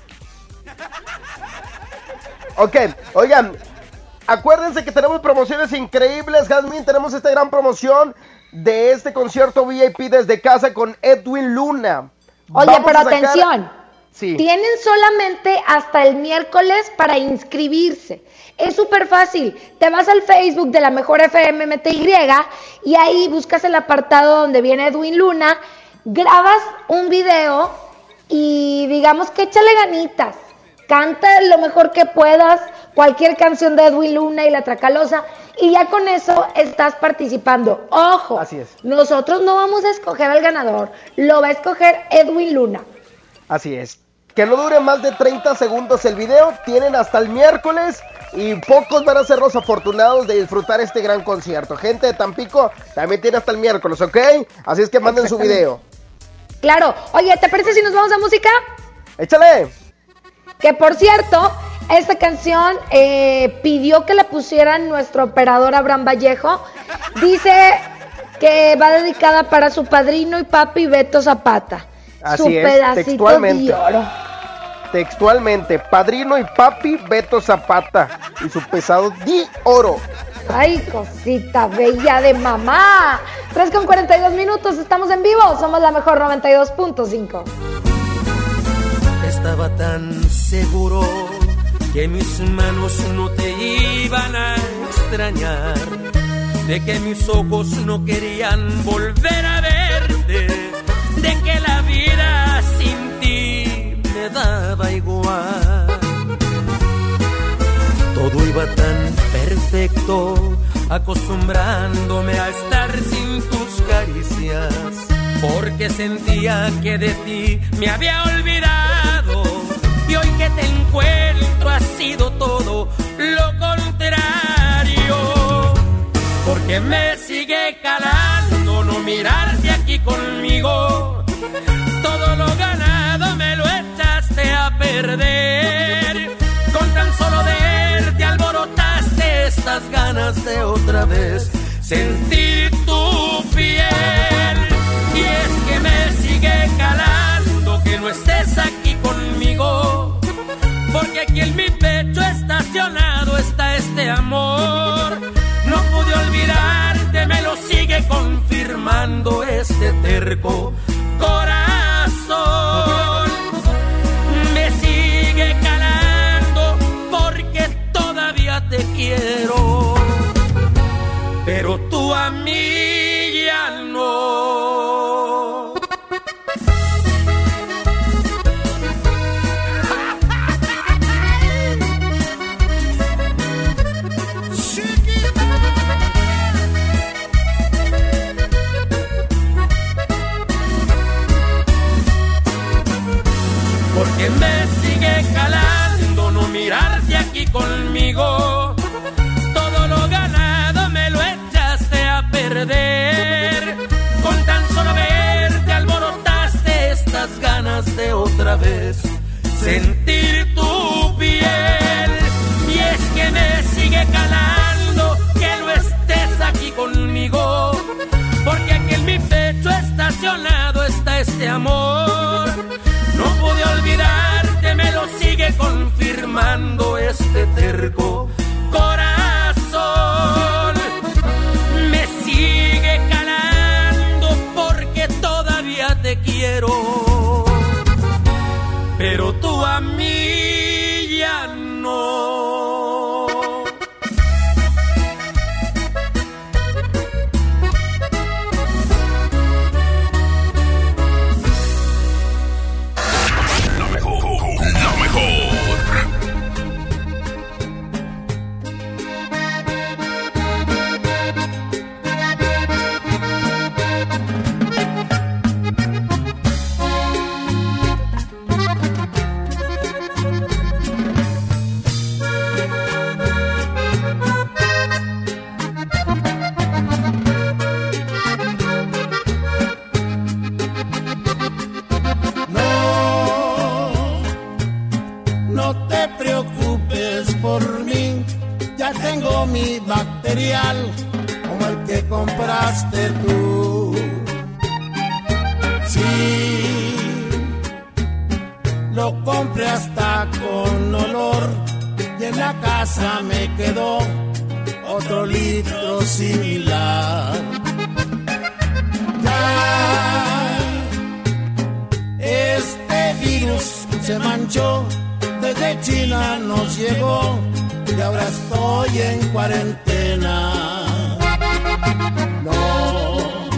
Ok, oigan, acuérdense que tenemos promociones increíbles, Jazmín. Tenemos esta gran promoción de este concierto V I P desde casa con Edwin Luna. Oye, Vamos pero a sacar- atención. Sí. Tienen solamente hasta el miércoles para inscribirse. Es súper fácil. Te vas al Facebook de la Mejor F M M T Y y ahí buscas el apartado donde viene Edwin Luna, grabas un video y digamos que échale ganitas. Canta lo mejor que puedas, cualquier canción de Edwin Luna y La Tracalosa, y ya con eso estás participando. Ojo, Así es. nosotros no vamos a escoger al ganador, lo va a escoger Edwin Luna. Así es. Que no dure más de treinta segundos el video. Tienen hasta el miércoles y pocos van a ser los afortunados de disfrutar este gran concierto. Gente de Tampico también tiene hasta el miércoles, ¿ok? Así es que manden su video. Claro. Oye, ¿te parece si nos vamos a música? Échale. Que por cierto, esta canción eh, pidió que la pusieran nuestro operador Abraham Vallejo. Dice que va dedicada para su padrino y papi Beto Zapata. Así su es, pedacito textualmente. de oro. Textualmente, padrino y papi Beto Zapata y su pesado de oro. Ay, cosita bella de mamá. tres con cuarenta y dos minutos, estamos en vivo. Somos la mejor noventa y dos punto cinco. Estaba tan seguro que mis manos no te iban a extrañar, de que mis ojos no querían volver a verte, de que la vida sin ti me daba igual. Todo iba tan perfecto, acostumbrándome a estar sin tus caricias, porque sentía que de ti me había olvidado, y hoy que te encuentro ha sido todo lo contrario, porque me sigue calando no mirarte aquí conmigo. Todo lo ganado me lo echaste a perder, con tan solo verte alborotaste estas ganas de otra vez sentir tu piel. Y es que me sigue calando que no estés aquí conmigo, porque aquí en mi pecho estacionado está este amor. No pude olvidarte, me lo sigue confirmando este terco corazón. Me sigue calando porque todavía te quiero, pero tú a mí ya no. Porque me sigue calando no mirarte aquí conmigo. Todo lo ganado me lo echaste a perder, con tan solo verte alborotaste estas ganas de otra vez sentir tu piel. Y es que me sigue calando que no estés aquí conmigo, porque aquí en mi pecho estacionado está este amor. No pude olvidarte, me lo sigue confirmando este terco corazón. Me sigue calando porque todavía te quiero, pero tú a mí ya no. Como el que compraste tú. Sí, lo compré hasta con olor, y en la casa me quedó otro litro similar. Ya este virus se manchó, desde China nos llegó, y ahora estoy en cuarentena. No,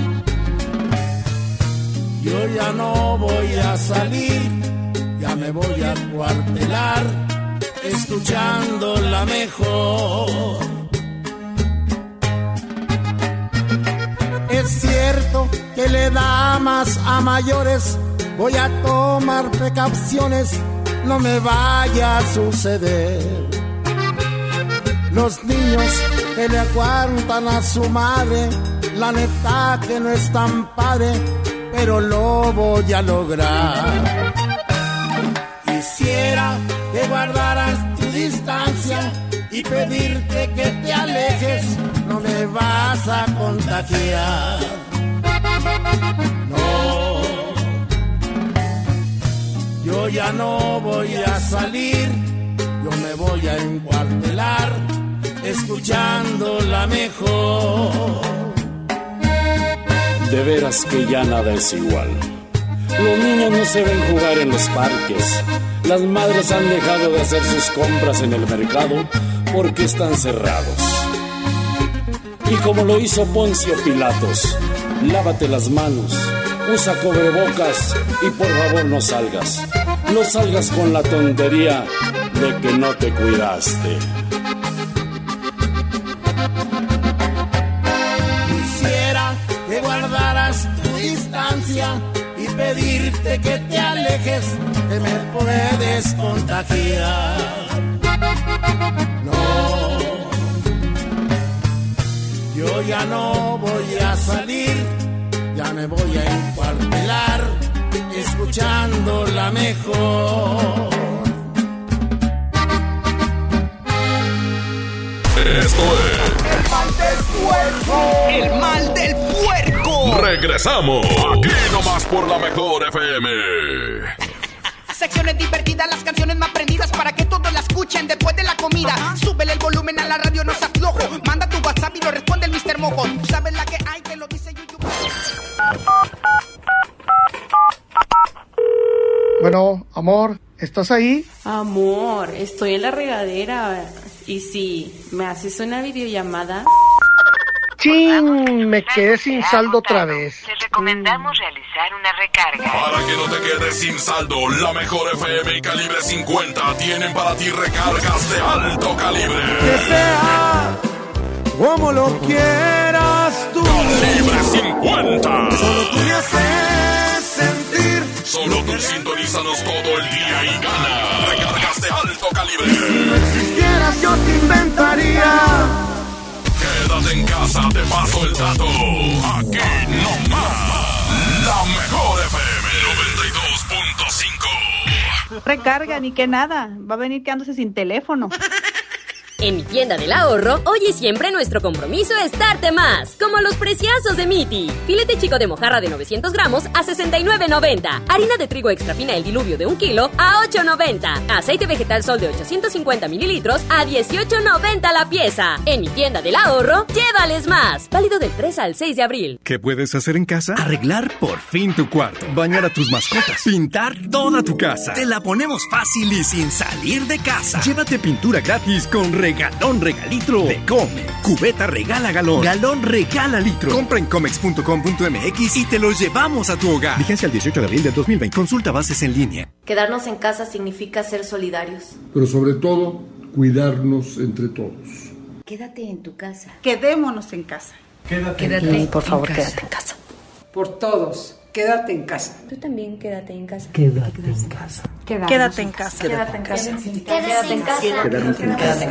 yo ya no voy a salir, ya me voy a cuartelar, escuchando la mejor. Es cierto que le da más a mayores, voy a tomar precauciones, no me vaya a suceder. Los niños que le aguantan a su madre, la neta que no es tan padre, pero lo voy a lograr. Quisiera que guardaras tu distancia y pedirte que te alejes, no me vas a contagiar. No, yo ya no voy a salir, yo me voy a encuartelar, escuchando escuchando la mejor. De veras que ya nada es igual. Los niños no se ven jugar en los parques. Las madres han dejado de hacer sus compras en el mercado porque están cerrados. Y como lo hizo Poncio Pilatos, lávate las manos, usa cubrebocas y por favor no salgas. No salgas con la tontería de que no te cuidaste. Quisiera que guardaras tu distancia y pedirte que te alejes, que me puedes contagiar. No, yo ya no voy a salir, ya me voy a encuartelar, escuchando la mejor. Esto es El mal del puerco. El mal del puerco. Regresamos aquí nomás por la mejor F M. Secciones divertidas, las canciones más prendidas para que todos la escuchen después de la comida. Uh-huh. Súbele el volumen a la radio, no se aflojo. Manda tu WhatsApp y lo responde el mister Mojo. Tú sabes la que hay, te lo dice YouTube. Bueno, amor, ¿estás ahí? Amor, estoy en la regadera. ¿Y si me haces una videollamada? ¡Chin! Me quedé sin saldo otra vez. Les recomendamos realizar una recarga. Para que no te quedes sin saldo, la mejor F M y Calibre cincuenta tienen para ti recargas de alto calibre. Que sea como lo quieras tú. Calibre cincuenta. Solo tú me haces sentir. Solo tú sintonízanos todo el día y gana recargas de alto calibre. Si no existieras yo te inventaría. Quédate en casa, te paso el dato. Aquí nomás, la mejor F M noventa y dos punto cinco. Recarga ni que nada, va a venir quedándose sin teléfono. En mi tienda del ahorro, hoy y siempre nuestro compromiso es darte más. Como los preciazos de Miti. Filete chico de mojarra de novecientos gramos a sesenta y nueve noventa. Harina de trigo extra fina El Diluvio de un kilo a ocho noventa. Aceite vegetal Sol de ochocientos cincuenta mililitros a dieciocho noventa la pieza. En mi tienda del ahorro, llévales más. Válido del tres al seis de abril. ¿Qué puedes hacer en casa? Arreglar por fin tu cuarto. Bañar a tus mascotas. Pintar toda tu casa. Te la ponemos fácil y sin salir de casa. Llévate pintura gratis con Regalón Regalitro de Comex. Cubeta regala galón. Galón regala litro. Compra en comex punto com punto m x y te los llevamos a tu hogar. Vigencia el dieciocho de abril del dos mil veinte. Consulta bases en línea. Quedarnos en casa significa ser solidarios. Pero sobre todo, cuidarnos entre todos. Quédate en tu casa. Quedémonos en casa. Quédate, quédate en por favor, en quédate en casa. Por todos, quédate en casa. Tú también quédate en casa. Quédate en casa. Quédate en casa. Quédate en casa. Quédate en casa. Quédate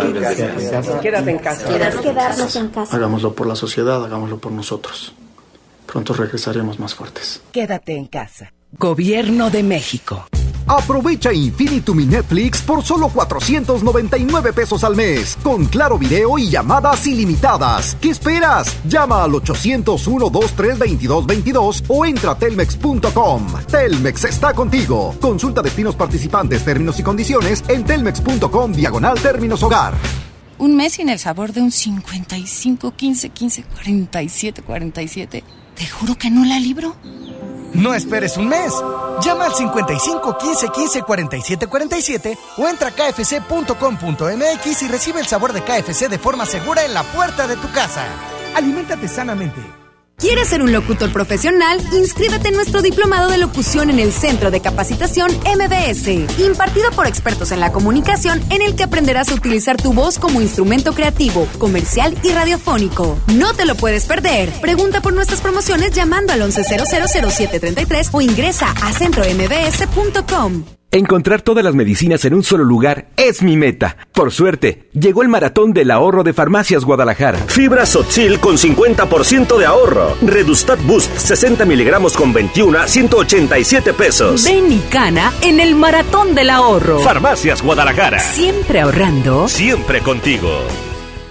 en casa. Quédate en casa. Quedarnos en casa. Hagámoslo por la sociedad, hagámoslo por nosotros. Pronto regresaremos más fuertes. Quédate en casa. Gobierno de México. Aprovecha Infinitum y Netflix por solo cuatrocientos noventa y nueve pesos al mes, con claro video y llamadas ilimitadas. ¿Qué esperas? Llama al ochocientos uno, veintitrés, veintidós veintidós o entra a telmex punto com. Telmex está contigo. Consulta destinos participantes, términos y condiciones en telmex punto com diagonal términos hogar. Un mes sin el sabor de un cincuenta y cinco, quince, quince, cuarenta y siete, cuarenta y siete. Te juro que no la libro. No esperes un mes. Llama al cincuenta y cinco, quince, quince, cuarenta y siete, cuarenta y siete o entra a k f c punto com punto m x y recibe el sabor de K F C de forma segura en la puerta de tu casa. Aliméntate sanamente. ¿Quieres ser un locutor profesional? Inscríbete en nuestro diplomado de locución en el Centro de Capacitación M B S, impartido por expertos en la comunicación, en el que aprenderás a utilizar tu voz como instrumento creativo, comercial y radiofónico. No te lo puedes perder. Pregunta por nuestras promociones llamando al once cero cero cero siete treinta y tres o ingresa a centro m b s punto com. Encontrar todas las medicinas en un solo lugar es mi meta. Por suerte, llegó el maratón del ahorro de Farmacias Guadalajara. Fibra Sotzil con cincuenta por ciento de ahorro. Redustat Boost sesenta miligramos con veintiuno a ciento ochenta y siete pesos. Ven y gana en el maratón del ahorro. Farmacias Guadalajara. Siempre ahorrando. Siempre contigo.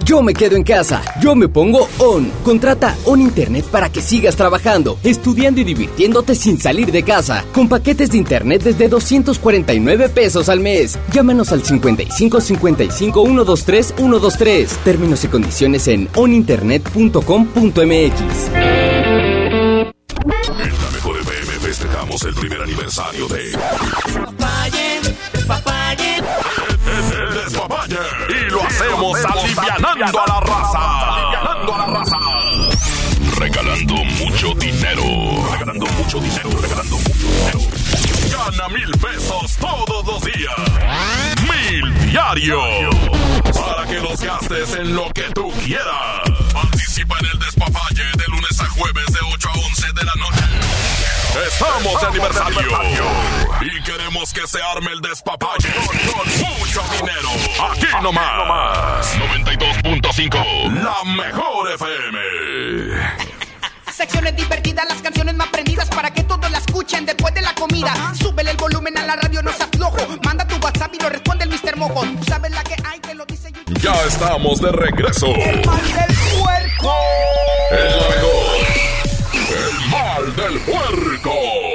Yo me quedo en casa. Yo me pongo ON. Contrata ON Internet para que sigas trabajando, estudiando y divirtiéndote sin salir de casa. Con paquetes de internet desde doscientos cuarenta y nueve pesos al mes. Llámanos al cincuenta y cinco cincuenta y cinco, ciento veintitrés, ciento veintitrés. Términos y condiciones en on internet punto com punto m x. En la mejor F M festejamos el primer aniversario de Despapalle, despapalle. El despapalle. Y lo hacemos alivianando a la raza. Alivianando a la raza. Regalando mucho dinero. Regalando mucho dinero. Regalando mucho dinero. Gana mil pesos todos los días. Mil diario. Para que los gastes en lo que tú quieras. Participa en el despapalle de lunes a jueves de ocho a once de la noche. Estamos de aniversario. Y queremos que se arme el despapalle con mucho dinero. Aquí nomás. noventa y dos punto cinco. La mejor F M. Secciones divertidas, las canciones más prendidas para que todos la escuchen después de la comida. Súbele el volumen a la radio, no seas flojo. Manda tu WhatsApp y lo responde el mister Mojo. Tú sabes la que hay, que lo dice yo. Ya estamos de regreso. El mal del puerco. El mejor. El mal del puerco.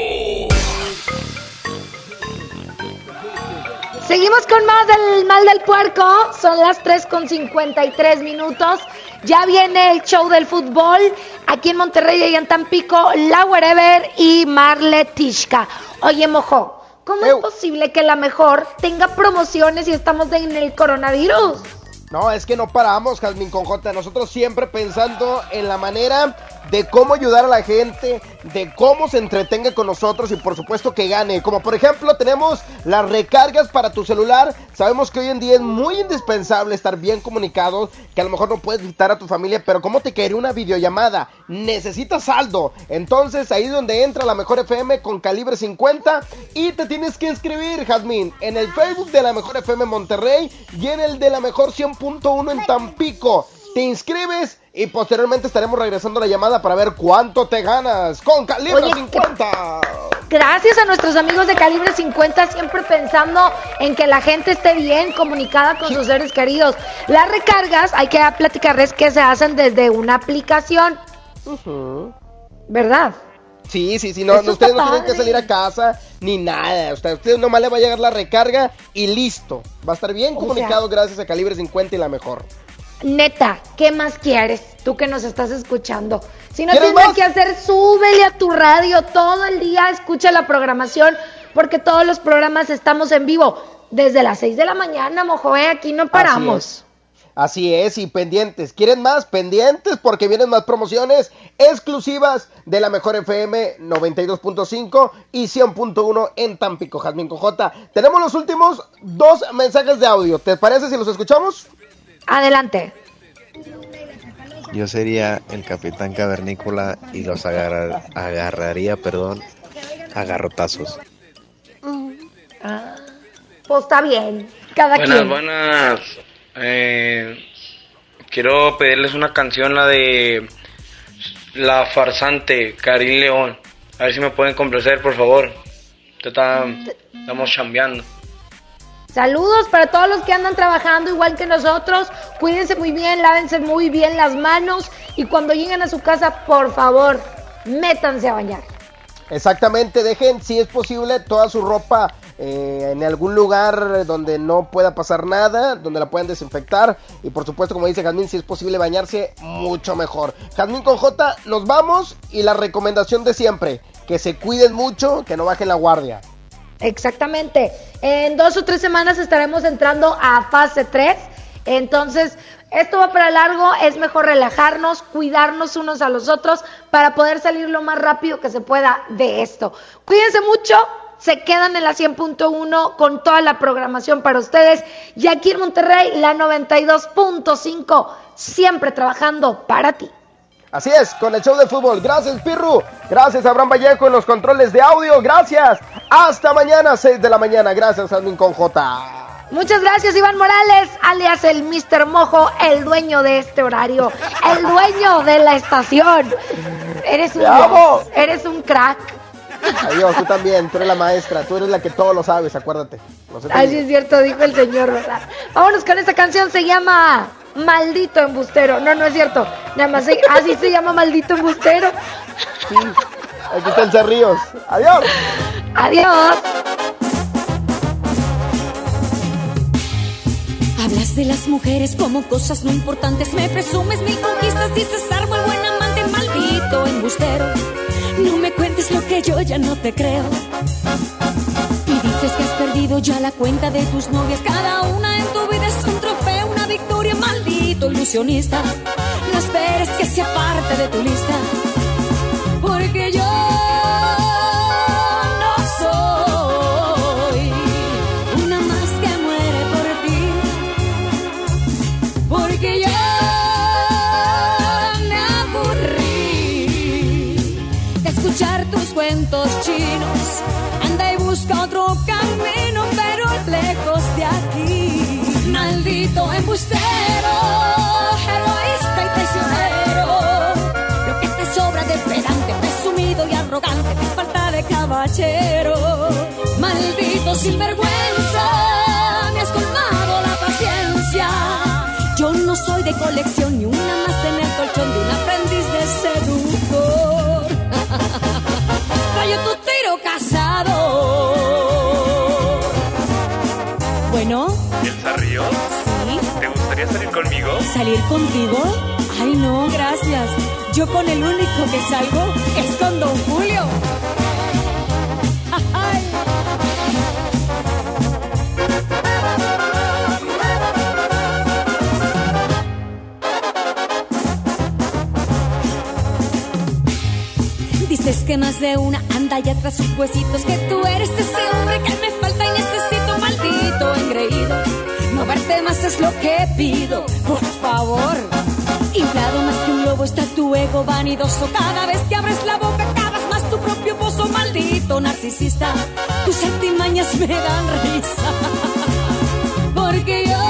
Seguimos con más del mal del puerco. Son las tres con cincuenta y tres minutos. Ya viene el show del fútbol aquí en Monterrey y en Tampico, la Wherever y Marle Tishka. Oye, Mojo, ¿cómo es posible que la mejor tenga promociones si estamos en el coronavirus? No, es que no paramos, Jazmín con J. Nosotros siempre pensando en la manera de cómo ayudar a la gente, de cómo se entretenga con nosotros y por supuesto que gane. Como por ejemplo tenemos las recargas para tu celular. Sabemos que hoy en día es muy indispensable estar bien comunicados, que a lo mejor no puedes visitar a tu familia, pero ¿cómo te caería una videollamada? Necesitas saldo. Entonces ahí es donde entra la mejor F M con calibre cincuenta y te tienes que inscribir, Jazmín, en el Facebook de la mejor F M Monterrey y en el de la mejor cien punto uno en Tampico. Te inscribes y posteriormente estaremos regresando la llamada para ver cuánto te ganas con calibre Oye, cincuenta. Gracias a nuestros amigos de calibre cincuenta, siempre pensando en que la gente esté bien comunicada con sus seres queridos. Las recargas, hay que platicarles que se hacen desde una aplicación. Uh-huh. ¿Verdad? Sí, sí, sí, no, no ustedes no tienen que salir a casa ni nada. O sea, ustedes nomás le va a llegar la recarga y listo. Va a estar bien comunicado, o sea, gracias a calibre cincuenta y la mejor. Neta, ¿qué más quieres? Tú que nos estás escuchando. Si no tienes nada que hacer, súbele a tu radio todo el día, escucha la programación, porque todos los programas estamos en vivo desde las seis de la mañana, Mojo, ¿eh? Aquí no paramos. Así es. Así es, y pendientes. ¿Quieren más? Pendientes, porque vienen más promociones exclusivas de la mejor F M noventa y dos punto cinco y cien punto uno en Tampico, Jazmín con J. Tenemos los últimos dos mensajes de audio. ¿Te parece si los escuchamos? Adelante. Yo sería el Capitán Cavernícola y los agarrar, agarraría, perdón, a garrotazos. Ah, pues está bien, cada buenas, quien. Buenas, eh, quiero pedirles una canción, la de La Farsante, Karim León. A ver si me pueden complacer, por favor. Estamos chambeando. Saludos para todos los que andan trabajando igual que nosotros. Cuídense muy bien, lávense muy bien las manos y cuando lleguen a su casa, por favor, métanse a bañar. Exactamente, dejen, si es posible, toda su ropa eh, en algún lugar donde no pueda pasar nada, donde la puedan desinfectar. Y por supuesto, como dice Jazmín, si es posible bañarse, mucho mejor. Jazmín con J, nos vamos y la recomendación de siempre, que se cuiden mucho, que no bajen la guardia. Exactamente, en dos o tres semanas estaremos entrando a fase tres, entonces esto va para largo, es mejor relajarnos, cuidarnos unos a los otros para poder salir lo más rápido que se pueda de esto. Cuídense mucho, se quedan en la cien punto uno con toda la programación para ustedes y aquí en Monterrey la noventa y dos punto cinco, siempre trabajando para ti. Así es, con el show de fútbol. Gracias, Pirru. Gracias, Abraham Vallejo en los controles de audio. Gracias. Hasta mañana, seis de la mañana. Gracias, Jazmín con J. Muchas gracias, Iván Morales, alias el mister Mojo, el dueño de este horario, el dueño de la estación. Eres un Dios, eres un crack. Adiós, tú también, tú eres la maestra, tú eres la que todo lo sabes, acuérdate. No Así es cierto, dijo el señor, ¿verdad? Vámonos con esta canción, se llama maldito embustero. No, no es cierto. Nada más se- así se llama maldito embustero. Sí, aquí está el Cerrillos. Adiós. Adiós. Hablas de las mujeres como cosas no importantes. Me presumes mil conquistas, dices árbol, buen amante, maldito embustero. No me cuentes lo que yo ya no te creo. Y dices que has perdido ya la cuenta de tus novias. Cada una en tu vida es un trofeo, una victoria, maldito ilusionista. No esperes que sea parte de tu lista, porque yo no soy una más que muere por ti. Porque yo me aburrí de escuchar tus cuentos chinos. Anda y busca otro camino, pero lejos de aquí. Maldito embustero, egoísta y traicionero. Lo que te sobra de pedante, presumido y arrogante, te falta de caballero. Maldito sinvergüenza, me has colmado la paciencia. Yo no soy de colección, ni una más en el colchón de un aprendiz de seductor. Rayo tu tiro casado. Bueno. ¿Elsa Ríos? Sí. ¿Te gustaría salir conmigo? ¿Salir contigo? Ay, no, gracias. Yo con el único que salgo es con Don Julio. Ay. Dices que más de una anda ya tras sus huesitos, que tú eres ese hombre que me falta y necesito, maldito engreído. No verte más es lo que pido, por favor. Inflado más que un globo está tu ego vanidoso. Cada vez que abres la boca cavas más tu propio pozo, maldito narcisista. Tus artimañas me dan risa, porque yo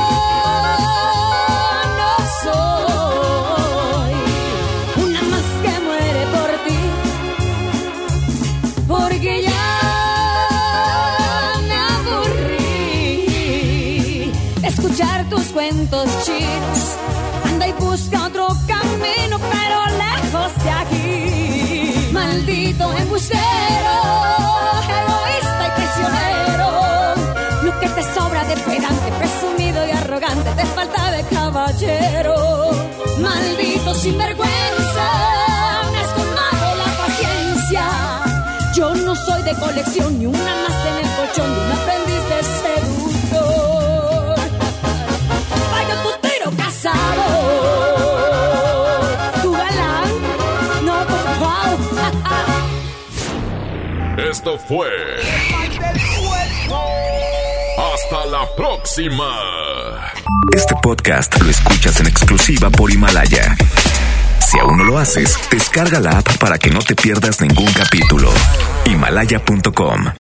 no soy una más que muere por ti. Porque ya me aburrí de escuchar tus cuentos chinos. Anda y busca otro camino, pero lejos de aquí. Maldito embustero, egoísta y traicionero. Lo que te sobra de pedante, presumido y arrogante, te falta de caballero. Maldito sinvergüenza, me has colmado la paciencia. Yo no soy de colección, ni una más en el colchón de un aprendiz de seductor. Vaya tu tiro casado, tu galán, no, por favor. Esto fue Hasta la próxima. Este podcast lo escuchas en exclusiva por Himalaya. Si aún no lo haces, descarga la app para que no te pierdas ningún capítulo. Himalaya punto com